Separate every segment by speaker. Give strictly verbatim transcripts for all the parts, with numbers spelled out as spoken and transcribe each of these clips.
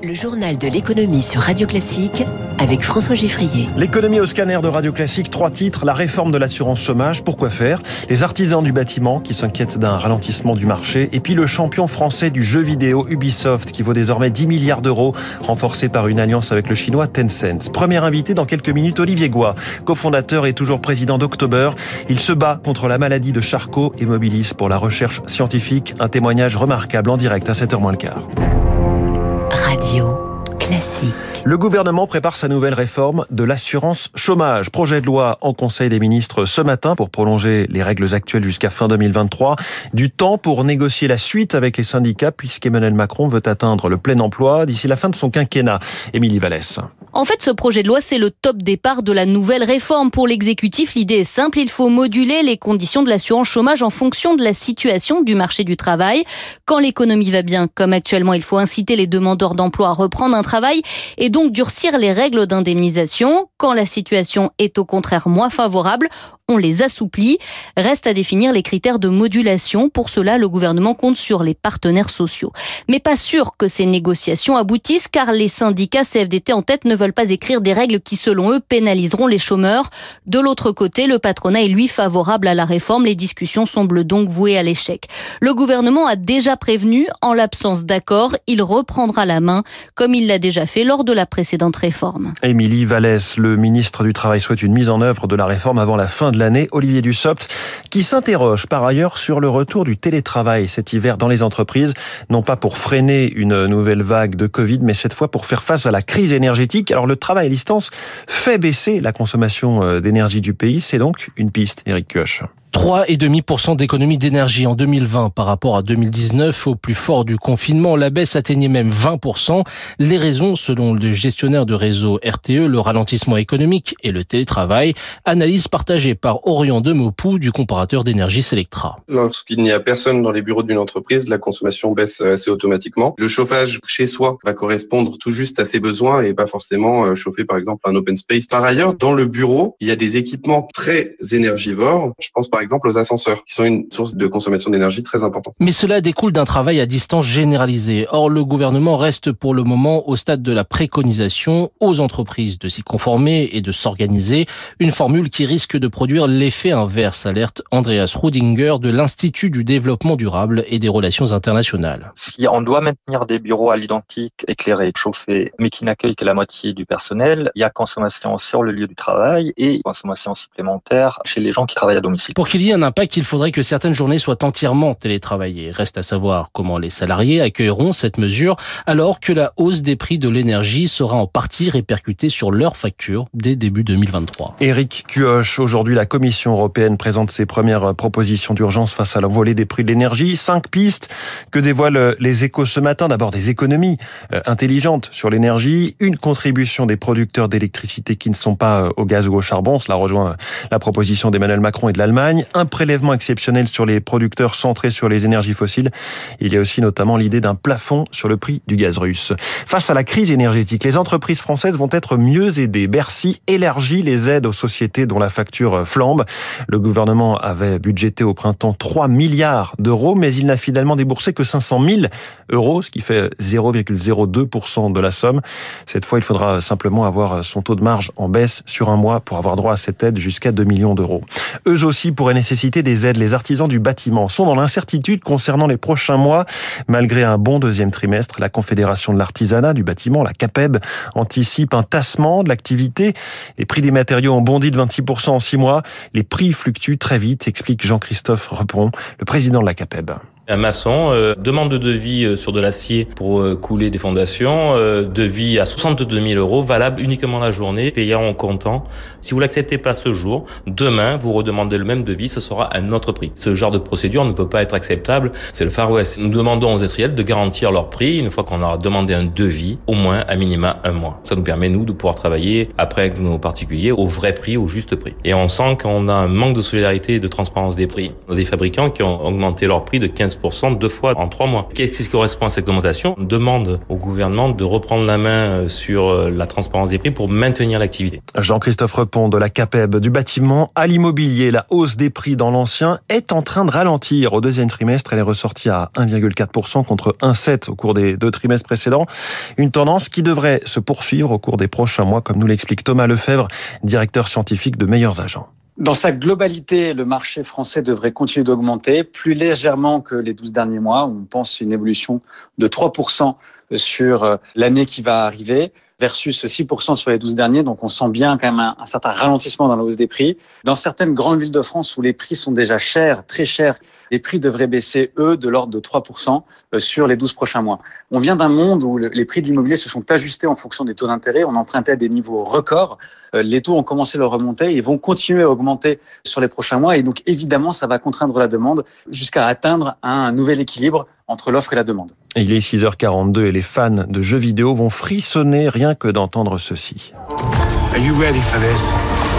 Speaker 1: Le journal de l'économie sur Radio Classique avec François Giffrier.
Speaker 2: L'économie au scanner de Radio Classique, trois titres. La réforme de l'assurance chômage, pourquoi faire? Les artisans du bâtiment qui s'inquiètent d'un ralentissement du marché. Et puis le champion français du jeu vidéo Ubisoft qui vaut désormais dix milliards d'euros, renforcé par une alliance avec le chinois Tencent. Premier invité dans quelques minutes, Olivier Goy, cofondateur et toujours président d'October. Il se bat contre la maladie de Charcot et mobilise pour la recherche scientifique. Un témoignage remarquable en direct à sept heures moins le quart.
Speaker 1: Radio Classique.
Speaker 2: Le gouvernement prépare sa nouvelle réforme de l'assurance chômage. Projet de loi en Conseil des ministres ce matin pour prolonger les règles actuelles jusqu'à fin deux mille vingt-trois. Du temps pour négocier la suite avec les syndicats puisqu'Emmanuel Macron veut atteindre le plein emploi d'ici la fin de son quinquennat. Émilie Vallès.
Speaker 3: En fait, ce projet de loi, c'est le top départ de la nouvelle réforme. Pour l'exécutif, l'idée est simple. Il faut moduler les conditions de l'assurance chômage en fonction de la situation du marché du travail. Quand l'économie va bien, comme actuellement, il faut inciter les demandeurs d'emploi à reprendre un travail et donc durcir les règles d'indemnisation. Quand la situation est au contraire moins favorable, on les assouplit. Reste à définir les critères de modulation. Pour cela, le gouvernement compte sur les partenaires sociaux. Mais pas sûr que ces négociations aboutissent car les syndicats C F D T en tête ne veulent pas écrire des règles qui, selon eux, pénaliseront les chômeurs. De l'autre côté, le patronat est lui favorable à la réforme. Les discussions semblent donc vouées à l'échec. Le gouvernement a déjà prévenu, en l'absence d'accord, il reprendra la main, comme il l'a déjà fait lors de la précédente réforme.
Speaker 2: Émilie Vallès, le ministre du Travail, souhaite une mise en œuvre de la réforme avant la fin de l'année. Olivier Dussopt, qui s'interroge par ailleurs sur le retour du télétravail cet hiver dans les entreprises, non pas pour freiner une nouvelle vague de Covid, mais cette fois pour faire face à la crise énergétique. Alors le travail à distance fait baisser la consommation d'énergie du pays, c'est donc une piste, Éric Kioch.
Speaker 4: trois virgule cinq pour cent d'économie d'énergie en deux mille vingt par rapport à deux mille dix-neuf, au plus fort du confinement. La baisse atteignait même vingt pour cent. Les raisons, selon le gestionnaire de réseau R T E, le ralentissement économique et le télétravail. Analyse partagée par Orion Demopou du comparateur d'énergie Selectra.
Speaker 5: Lorsqu'il n'y a personne dans les bureaux d'une entreprise, la consommation baisse assez automatiquement. Le chauffage chez soi va correspondre tout juste à ses besoins et pas forcément chauffer par exemple un open space. Par ailleurs, dans le bureau, il y a des équipements très énergivores. Je pense par exemple aux ascenseurs, qui sont une source de consommation d'énergie très importante.
Speaker 4: Mais cela découle d'un travail à distance généralisé. Or, le gouvernement reste pour le moment au stade de la préconisation aux entreprises de s'y conformer et de s'organiser. Une formule qui risque de produire l'effet inverse, alerte Andreas Rudinger de l'Institut du développement durable et des relations internationales.
Speaker 6: Si on doit maintenir des bureaux à l'identique, éclairés, chauffés, mais qui n'accueillent que la moitié du personnel, il y a consommation sur le lieu du travail et consommation supplémentaire chez les gens qui travaillent à domicile.
Speaker 4: Pour qu'il y ait un impact, il faudrait que certaines journées soient entièrement télétravaillées. Reste à savoir comment les salariés accueilleront cette mesure alors que la hausse des prix de l'énergie sera en partie répercutée sur leurs factures dès début deux mille vingt-trois.
Speaker 2: Éric Kioch, aujourd'hui la Commission européenne présente ses premières propositions d'urgence face à l'envolée des prix de l'énergie. Cinq pistes que dévoilent les Échos ce matin. D'abord des économies intelligentes sur l'énergie, une contribution des producteurs d'électricité qui ne sont pas au gaz ou au charbon. Cela rejoint la proposition d'Emmanuel Macron et de l'Allemagne. Un prélèvement exceptionnel sur les producteurs centrés sur les énergies fossiles. Il y a aussi notamment l'idée d'un plafond sur le prix du gaz russe. Face à la crise énergétique, les entreprises françaises vont être mieux aidées. Bercy élargit les aides aux sociétés dont la facture flambe. Le gouvernement avait budgété au printemps trois milliards d'euros, mais il n'a finalement déboursé que cinq cent mille euros, ce qui fait zéro virgule zéro deux pour cent de la somme. Cette fois, il faudra simplement avoir son taux de marge en baisse sur un mois pour avoir droit à cette aide jusqu'à deux millions d'euros. Eux aussi pourraient nécessiter des aides. Les artisans du bâtiment sont dans l'incertitude concernant les prochains mois. Malgré un bon deuxième trimestre, la Confédération de l'artisanat du bâtiment, la CAPEB, anticipe un tassement de l'activité. Les prix des matériaux ont bondi de vingt-six pour cent en six mois. Les prix fluctuent très vite, explique Jean-Christophe Repron, le président de la CAPEB.
Speaker 7: Un maçon euh, demande de devis euh, sur de l'acier pour euh, couler des fondations, euh, devis à soixante-deux mille euros, valable uniquement la journée, payant en comptant. Si vous l'acceptez pas ce jour, demain vous redemandez le même devis, ce sera un autre prix. Ce genre de procédure ne peut pas être acceptable, c'est le Far West. Nous demandons aux industriels de garantir leur prix une fois qu'on leur a demandé un devis, au moins à minima un mois. Ça nous permet nous de pouvoir travailler après avec nos particuliers au vrai prix, au juste prix. Et on sent qu'on a un manque de solidarité et de transparence des prix. On a des fabricants qui ont augmenté leur prix de quinze quinze pour cent deux fois en trois mois. Qu'est-ce qui correspond à cette augmentation? On demande au gouvernement de reprendre la main sur la transparence des prix pour maintenir l'activité.
Speaker 2: Jean-Christophe Repond de la CAPEB, du bâtiment à l'immobilier. La hausse des prix dans l'ancien est en train de ralentir. Au deuxième trimestre, elle est ressortie à un virgule quatre pour cent contre un virgule sept pour cent au cours des deux trimestres précédents. Une tendance qui devrait se poursuivre au cours des prochains mois, comme nous l'explique Thomas Lefebvre, directeur scientifique de Meilleurs Agents.
Speaker 8: Dans sa globalité, le marché français devrait continuer d'augmenter plus légèrement que les douze derniers mois. On pense une évolution de trois pour cent sur l'année qui va arriver versus six pour cent sur les douze derniers. Donc on sent bien quand même un, un certain ralentissement dans la hausse des prix. Dans certaines grandes villes de France où les prix sont déjà chers, très chers, les prix devraient baisser, eux, de l'ordre de trois pour cent sur les douze prochains mois. On vient d'un monde où les prix de l'immobilier se sont ajustés en fonction des taux d'intérêt. On empruntait à des niveaux records. Les taux ont commencé leur remontée et vont continuer à augmenter sur les prochains mois. Et donc évidemment, ça va contraindre la demande jusqu'à atteindre un nouvel équilibre entre l'offre et la demande.
Speaker 2: Il est six heures quarante-deux et les fans de jeux vidéo vont frissonner rien que d'entendre ceci.
Speaker 9: Are you ready for this?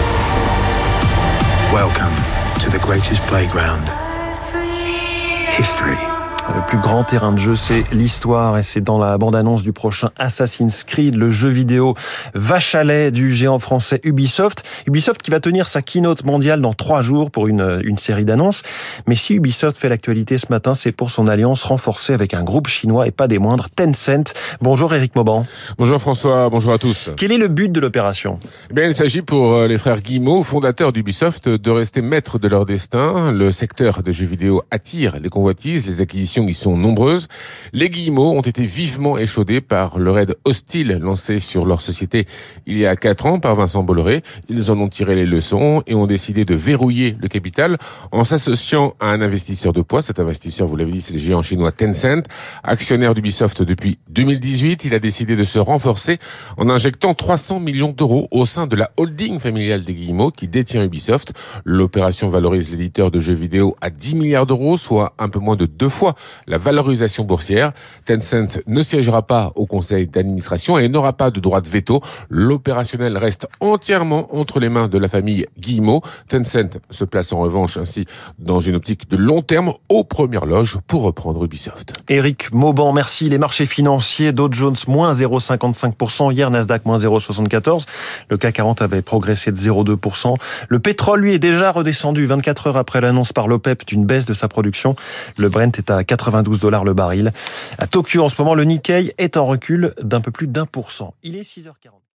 Speaker 9: Welcome to the greatest playground. History.
Speaker 2: Le plus grand terrain de jeu, c'est l'histoire et c'est dans la bande-annonce du prochain Assassin's Creed, le jeu vidéo vache à lait du géant français Ubisoft. Ubisoft qui va tenir sa keynote mondiale dans trois jours pour une, une série d'annonces. Mais si Ubisoft fait l'actualité ce matin, c'est pour son alliance renforcée avec un groupe chinois et pas des moindres, Tencent. Bonjour Éric Mauban.
Speaker 10: Bonjour François, bonjour à tous.
Speaker 2: Quel est le but de l'opération ?
Speaker 10: Eh bien, il s'agit pour les frères Guillemot, fondateurs d'Ubisoft, de rester maîtres de leur destin. Le secteur des jeux vidéo attire les convoitises, les acquisitions y sont nombreuses. Les Guillemot ont été vivement échaudés par le raid hostile lancé sur leur société il y a quatre ans par Vincent Bolloré. Ils en ont tiré les leçons et ont décidé de verrouiller le capital en s'associant à un investisseur de poids. Cet investisseur, vous l'avez dit, c'est le géant chinois Tencent, actionnaire d'Ubisoft depuis deux mille dix-huit. Il a décidé de se renforcer en injectant trois cents millions d'euros au sein de la holding familiale des Guillemot qui détient Ubisoft. L'opération valorise l'éditeur de jeux vidéo à dix milliards d'euros, soit un peu moins de deux fois la valorisation boursière. Tencent ne siégera pas au conseil d'administration et n'aura pas de droit de veto. L'opérationnel reste entièrement entre les mains de la famille Guillemot. Tencent se place en revanche ainsi dans une optique de long terme aux premières loges pour reprendre Ubisoft.
Speaker 2: Éric Mauban, merci. Les marchés financiers, Dow Jones moins zéro virgule cinquante-cinq pour cent, hier Nasdaq moins zéro virgule soixante-quatorze. Le C A C quarante avait progressé de zéro virgule deux pour cent. Le pétrole, lui, est déjà redescendu vingt-quatre heures après l'annonce par l'OPEP d'une baisse de sa production. Le Brent est à quatre-vingt-douze dollars le baril. À Tokyo, en ce moment, le Nikkei est en recul d'un peu plus d'un pour cent. Il est six heures quarante.